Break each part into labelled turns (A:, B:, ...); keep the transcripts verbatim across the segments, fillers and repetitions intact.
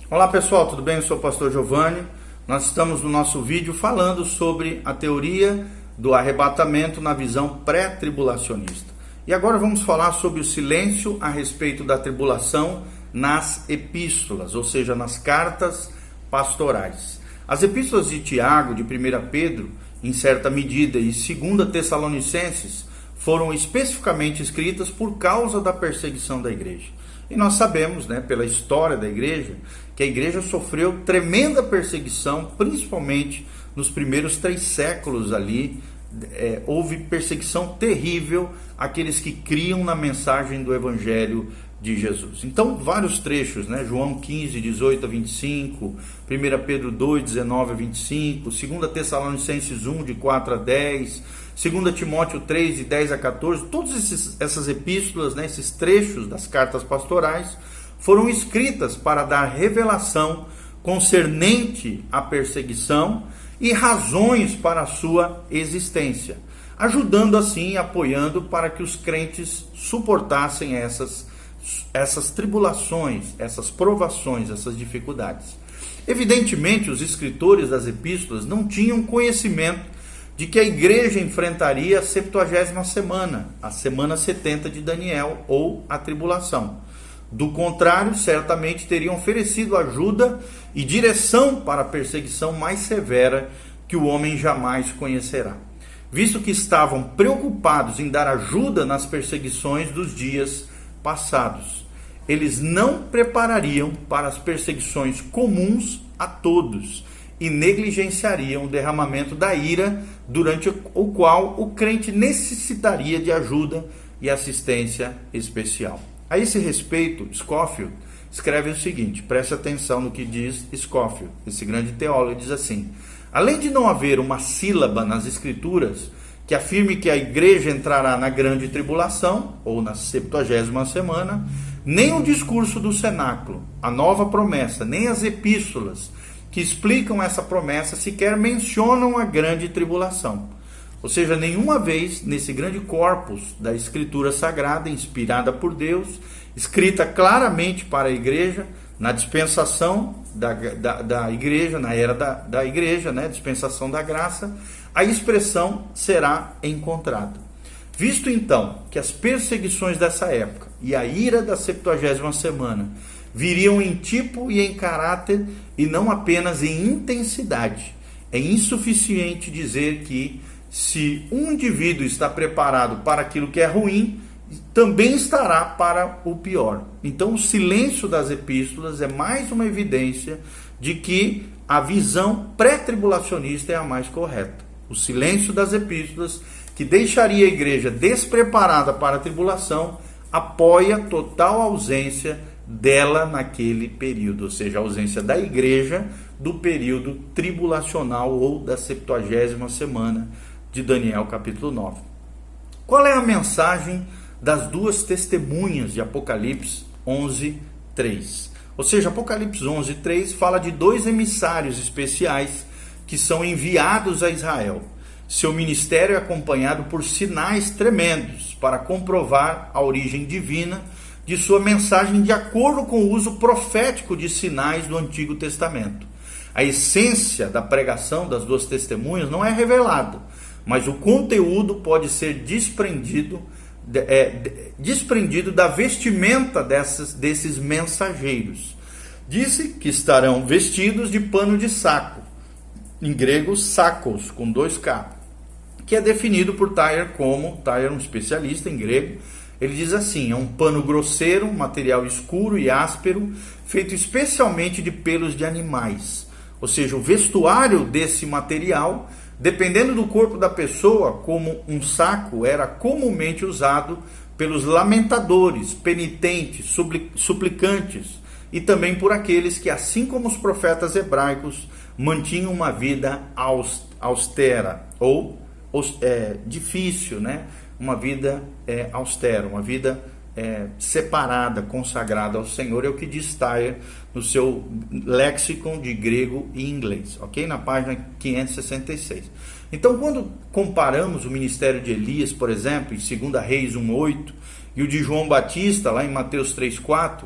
A: Olá pessoal, tudo bem? Eu sou o pastor Giovanni. Nós estamos no nosso vídeo falando sobre a teoria do arrebatamento na visão pré-tribulacionista. E agora vamos falar sobre o silêncio a respeito da tribulação nas epístolas, ou seja, nas cartas pastorais. As epístolas de Tiago, de primeira Pedro, em certa medida, e segunda Tessalonicenses, foram especificamente escritas por causa da perseguição da igreja. E nós sabemos, né, pela história da igreja, que a igreja sofreu tremenda perseguição, principalmente nos primeiros três séculos ali. É, houve perseguição terrível àqueles que criam na mensagem do Evangelho de Jesus. Então, vários trechos, né? João quinze, dezoito a vinte e cinco, primeira Pedro dois, dezenove a vinte e cinco, segunda Tessalonicenses um, de quatro a dez, segunda Timóteo três, de dez a quatorze, todas essas epístolas, né, esses trechos das cartas pastorais, foram escritas para dar revelação concernente à perseguição e razões para a sua existência, ajudando assim e apoiando para que os crentes suportassem essas, essas tribulações, essas provações, essas dificuldades. Evidentemente, os escritores das epístolas não tinham conhecimento de que a igreja enfrentaria a septuagésima semana, a semana setenta de Daniel, ou a tribulação. Do contrário, certamente teriam oferecido ajuda e direção para a perseguição mais severa que o homem jamais conhecerá, visto que estavam preocupados em dar ajuda nas perseguições dos dias passados. Eles não preparariam para as perseguições comuns a todos e negligenciariam o derramamento da ira, durante o qual o crente necessitaria de ajuda e assistência especial. A esse respeito, Scofield escreve o seguinte, preste atenção no que diz Scofield, esse grande teólogo, diz assim: além de não haver uma sílaba nas escrituras que afirme que a igreja entrará na grande tribulação, ou na septuagésima semana, nem o discurso do cenáculo, a nova promessa, nem as epístolas que explicam essa promessa sequer mencionam a grande tribulação. Ou seja, nenhuma vez nesse grande corpus da Escritura Sagrada, inspirada por Deus, escrita claramente para a igreja, na dispensação da, da, da igreja, na era da, da igreja, né, dispensação da graça, a expressão será encontrada. Visto então que as perseguições dessa época e a ira da septuagésima semana viriam em tipo e em caráter e não apenas em intensidade, é insuficiente dizer que se um indivíduo está preparado para aquilo que é ruim, também estará para o pior. Então, o silêncio das epístolas é mais uma evidência de que a visão pré-tribulacionista é a mais correta. O silêncio das epístolas, que deixaria a igreja despreparada para a tribulação, apoia total ausência dela naquele período, ou seja, a ausência da igreja do período tribulacional ou da septuagésima semana de Daniel capítulo nove. Qual é a mensagem das duas testemunhas de Apocalipse onze, três? Ou seja, Apocalipse onze, três fala de dois emissários especiais que são enviados a Israel. Seu ministério é acompanhado por sinais tremendos para comprovar a origem divina de sua mensagem de acordo com o uso profético de sinais do Antigo Testamento. A essência da pregação das duas testemunhas não é revelada, mas o conteúdo pode ser desprendido, é, desprendido da vestimenta dessas, desses mensageiros. Disse que estarão vestidos de pano de saco, em grego sakos, com dois K, que é definido por Tyler como, Tyler, um especialista em grego, ele diz assim: é um pano grosseiro, material escuro e áspero, feito especialmente de pelos de animais. Ou seja, o vestuário desse material, dependendo do corpo da pessoa, como um saco, era comumente usado pelos lamentadores, penitentes, suplicantes, e também por aqueles que, assim como os profetas hebraicos, mantinham uma vida austera, ou é, difícil, né? Uma vida é, austera, uma vida é, separada, consagrada ao Senhor, é o que diz Tyler no seu Lexicon de grego e inglês, ok? Na página quinhentos e sessenta e seis. Então, quando comparamos o ministério de Elias, por exemplo, em segunda Reis um, oito, e o de João Batista, lá em Mateus três, quatro,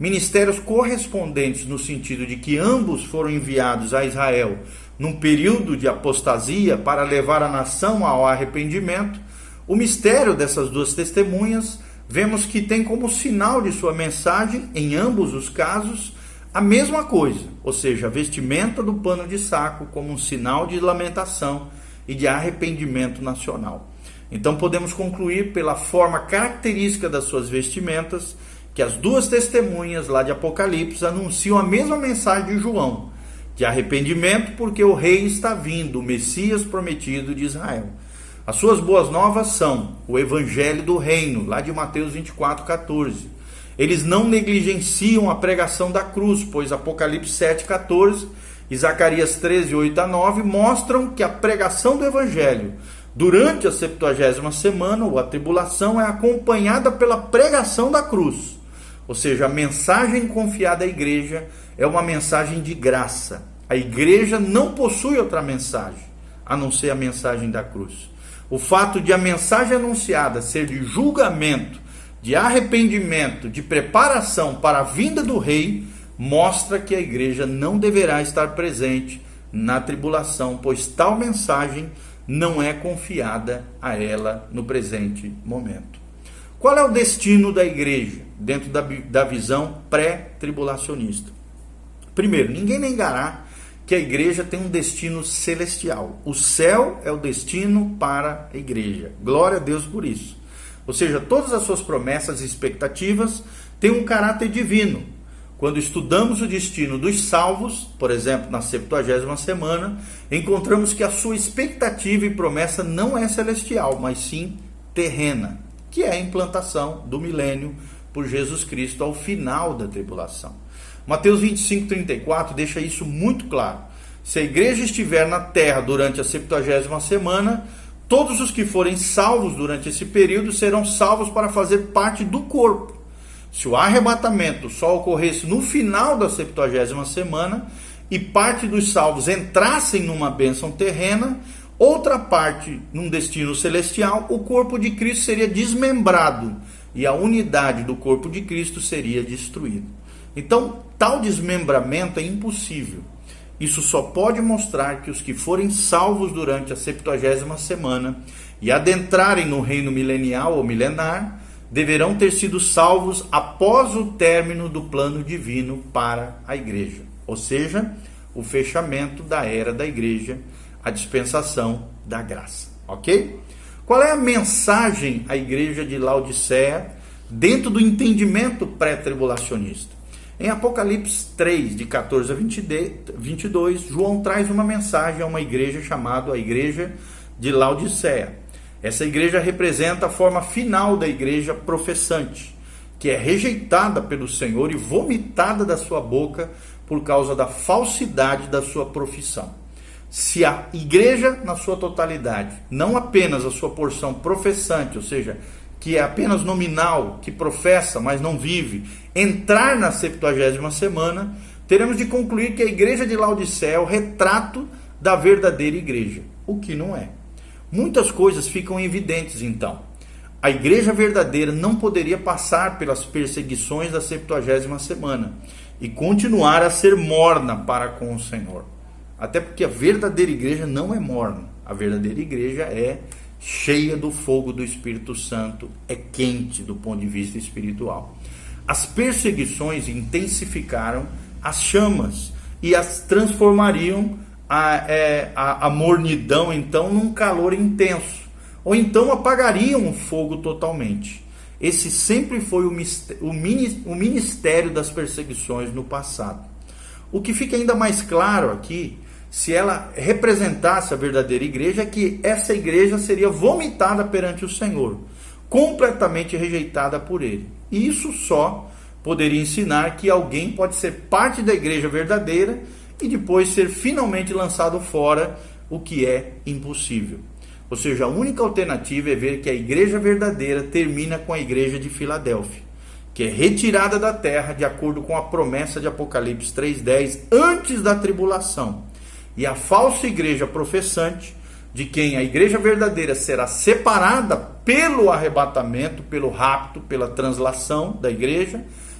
A: ministérios correspondentes no sentido de que ambos foram enviados a Israel num período de apostasia para levar a nação ao arrependimento, o mistério dessas duas testemunhas, vemos que tem como sinal de sua mensagem, em ambos os casos, a mesma coisa, ou seja, a vestimenta do pano de saco como um sinal de lamentação e de arrependimento nacional. Então podemos concluir pela forma característica das suas vestimentas que as duas testemunhas lá de Apocalipse anunciam a mesma mensagem de João, de arrependimento porque o rei está vindo, o Messias prometido de Israel. As suas boas novas são o evangelho do reino, lá de Mateus vinte e quatro, quatorze. Eles não negligenciam a pregação da cruz, pois Apocalipse sete, quatorze e Zacarias treze, oito a nove mostram que a pregação do evangelho durante a septuagésima semana, ou a tribulação, é acompanhada pela pregação da cruz. Ou seja, a mensagem confiada à igreja é uma mensagem de graça. A igreja não possui outra mensagem, a não ser a mensagem da cruz. O fato de a mensagem anunciada ser de julgamento, de arrependimento, de preparação para a vinda do rei, mostra que a igreja não deverá estar presente na tribulação, pois tal mensagem não é confiada a ela no presente momento. Qual é o destino da igreja dentro da, da visão pré-tribulacionista? Primeiro, ninguém negará que a igreja tem um destino celestial. O céu é o destino para a igreja. Glória a Deus por isso. Ou seja, todas as suas promessas e expectativas têm um caráter divino. Quando estudamos o destino dos salvos, por exemplo, na septuagésima semana, encontramos que a sua expectativa e promessa não é celestial, mas sim terrena, que é a implantação do milênio por Jesus Cristo ao final da tribulação. Mateus vinte e cinco, trinta e quatro deixa isso muito claro. Se a igreja estiver na terra durante a septuagésima semana, todos os que forem salvos durante esse período serão salvos para fazer parte do corpo. Se o arrebatamento só ocorresse no final da septuagésima semana e parte dos salvos entrassem numa bênção terrena, outra parte num destino celestial, o corpo de Cristo seria desmembrado e a unidade do corpo de Cristo seria destruída. Então, tal desmembramento é impossível. Isso só pode mostrar que os que forem salvos durante a septuagésima semana e adentrarem no reino milenial ou milenar, deverão ter sido salvos após o término do plano divino para a igreja. Ou seja, o fechamento da era da igreja, a dispensação da graça. Ok? Qual é a mensagem à igreja de Laodiceia dentro do entendimento pré-tribulacionista? Em Apocalipse três, de quatorze a vinte e dois, João traz uma mensagem a uma igreja chamada a Igreja de Laodiceia. Essa igreja representa a forma final da igreja professante, que é rejeitada pelo Senhor e vomitada da sua boca por causa da falsidade da sua profissão. Se a igreja, na sua totalidade, não apenas a sua porção professante, ou seja, que é apenas nominal, que professa, mas não vive, entrar na septuagésima semana, teremos de concluir que a igreja de Laodiceia é o retrato da verdadeira igreja, o que não é. Muitas coisas ficam evidentes então. A igreja verdadeira não poderia passar pelas perseguições da septuagésima semana e continuar a ser morna para com o Senhor. Até porque a verdadeira igreja não é morna. A verdadeira igreja é cheia do fogo do Espírito Santo, é quente do ponto de vista espiritual. As perseguições intensificaram as chamas e as transformariam a, é, a, a mornidão, então, num calor intenso. Ou então apagariam o fogo totalmente. Esse sempre foi o, o, mini, o ministério das perseguições no passado. O que fica ainda mais claro aqui, se ela representasse a verdadeira igreja, é que essa igreja seria vomitada perante o Senhor, completamente rejeitada por ele. E isso só poderia ensinar que alguém pode ser parte da igreja verdadeira e depois ser finalmente lançado fora, o que é impossível. Ou seja, a única alternativa é ver que a igreja verdadeira termina com a igreja de Filadélfia, que é retirada da terra de acordo com a promessa de Apocalipse três, dez, antes da tribulação. E a falsa igreja professante, de quem a igreja verdadeira será separada pelo arrebatamento, pelo rapto, pela translação da igreja,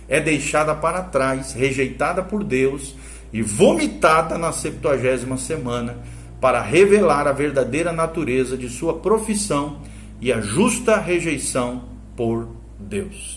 A: é deixada para trás, rejeitada por Deus e vomitada na septuagésima semana, para revelar a verdadeira natureza de sua profissão e a justa rejeição por Deus.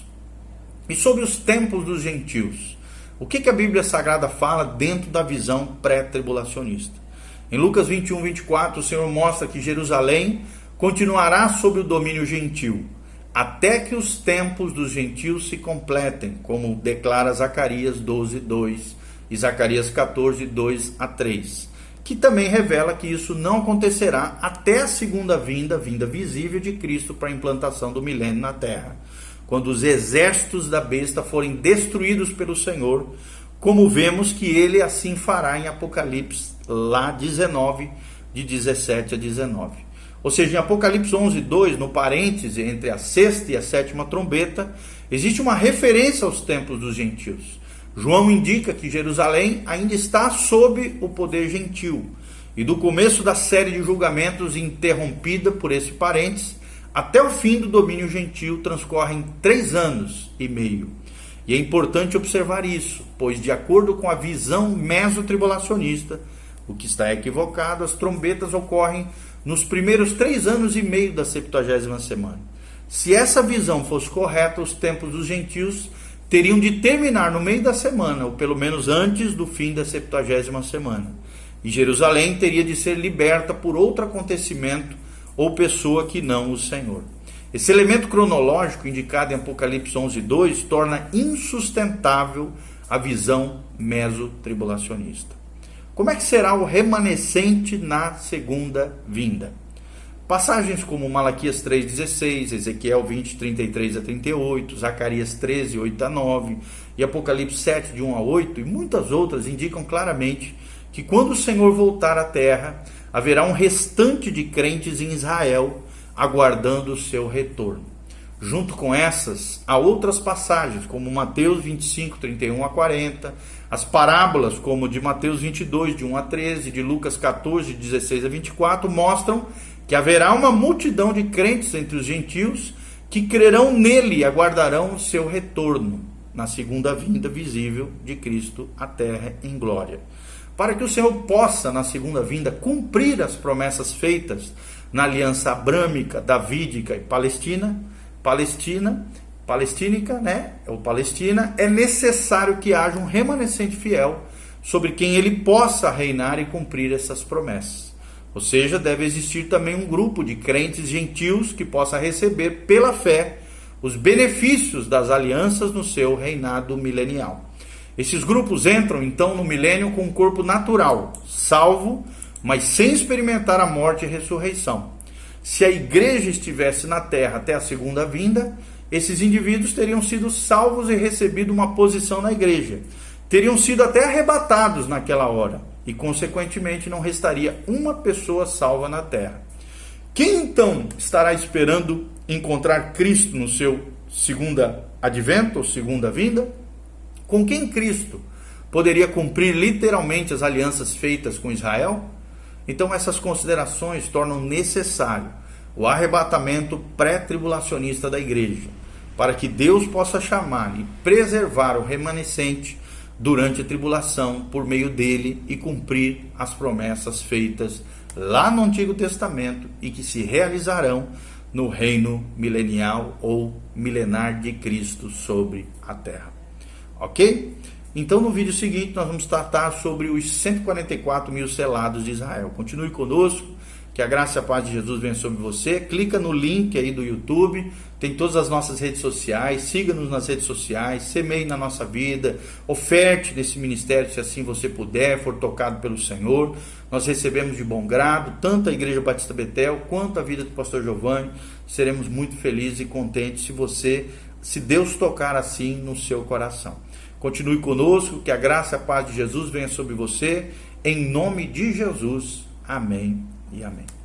A: E sobre os tempos dos gentios, o que, que a Bíblia Sagrada fala dentro da visão pré-tribulacionista? Em Lucas vinte e um, vinte e quatro, o Senhor mostra que Jerusalém continuará sob o domínio gentil, até que os tempos dos gentios se completem, como declara Zacarias doze, dois e Zacarias catorze, dois a três, que também revela que isso não acontecerá até a segunda vinda, vinda visível de Cristo para a implantação do milênio na terra, quando os exércitos da besta forem destruídos pelo Senhor, como vemos que ele assim fará em Apocalipse lá dezenove, de dezessete a dezenove. Ou seja, em Apocalipse onze, dois, no parêntese entre a sexta e a sétima trombeta, existe uma referência aos tempos dos gentios. João indica que Jerusalém ainda está sob o poder gentil, e do começo da série de julgamentos interrompida por esse parêntese, até o fim do domínio gentil transcorrem três anos e meio. E é importante observar isso, pois de acordo com a visão mesotribulacionista, o que está equivocado, as trombetas ocorrem nos primeiros três anos e meio da septuagésima semana. Se essa visão fosse correta, os tempos dos gentios teriam de terminar no meio da semana, ou pelo menos antes do fim da septuagésima semana. E Jerusalém teria de ser liberta por outro acontecimento ou pessoa que não o Senhor. Esse elemento cronológico indicado em Apocalipse onze, dois torna insustentável a visão mesotribulacionista. Como é que será o remanescente na segunda vinda? Passagens como Malaquias três, dezesseis, Ezequiel vinte, trinta e três a trinta e oito, Zacarias treze, oito a nove e Apocalipse sete, de um a oito e muitas outras indicam claramente que quando o Senhor voltar à terra, haverá um restante de crentes em Israel aguardando o seu retorno. Junto com essas, há outras passagens, como Mateus vinte e cinco, trinta e um a quarenta, as parábolas, como de Mateus vinte e dois, de um a treze, de Lucas catorze, de dezesseis a vinte e quatro, mostram que haverá uma multidão de crentes entre os gentios que crerão nele e aguardarão o seu retorno na segunda vinda visível de Cristo à terra em glória. Para que o Senhor possa, na segunda vinda, cumprir as promessas feitas na aliança abrâmica, davídica e palestina, palestina, palestínica, né, ou palestina, é necessário que haja um remanescente fiel sobre quem ele possa reinar e cumprir essas promessas. Ou seja, deve existir também um grupo de crentes gentios que possa receber pela fé os benefícios das alianças no seu reinado milenial. Esses grupos entram então no milênio com um corpo natural, salvo, mas sem experimentar a morte e a ressurreição. Se a igreja estivesse na terra até a segunda vinda, esses indivíduos teriam sido salvos e recebido uma posição na igreja. Teriam sido até arrebatados naquela hora e, consequentemente, não restaria uma pessoa salva na terra. Quem então estará esperando encontrar Cristo no seu segunda advento ou segunda vinda? Com quem Cristo poderia cumprir literalmente as alianças feitas com Israel? Então essas considerações tornam necessário o arrebatamento pré-tribulacionista da igreja, para que Deus possa chamar e preservar o remanescente durante a tribulação por meio dele e cumprir as promessas feitas lá no Antigo Testamento e que se realizarão no reino milenial ou milenar de Cristo sobre a terra. Ok? Então no vídeo seguinte nós vamos tratar sobre os cento e quarenta e quatro mil selados de Israel. Continue conosco, que a graça e a paz de Jesus venha sobre você. Clica no link aí do YouTube, tem todas as nossas redes sociais, siga-nos nas redes sociais, semeie na nossa vida, oferte nesse ministério se assim você puder, for tocado pelo Senhor. Nós recebemos de bom grado tanto a Igreja Batista Betel quanto a vida do pastor Giovanni. Seremos muito felizes e contentes se você, se Deus tocar assim no seu coração. Continue conosco, que a graça e a paz de Jesus venha sobre você, em nome de Jesus. Amém e amém.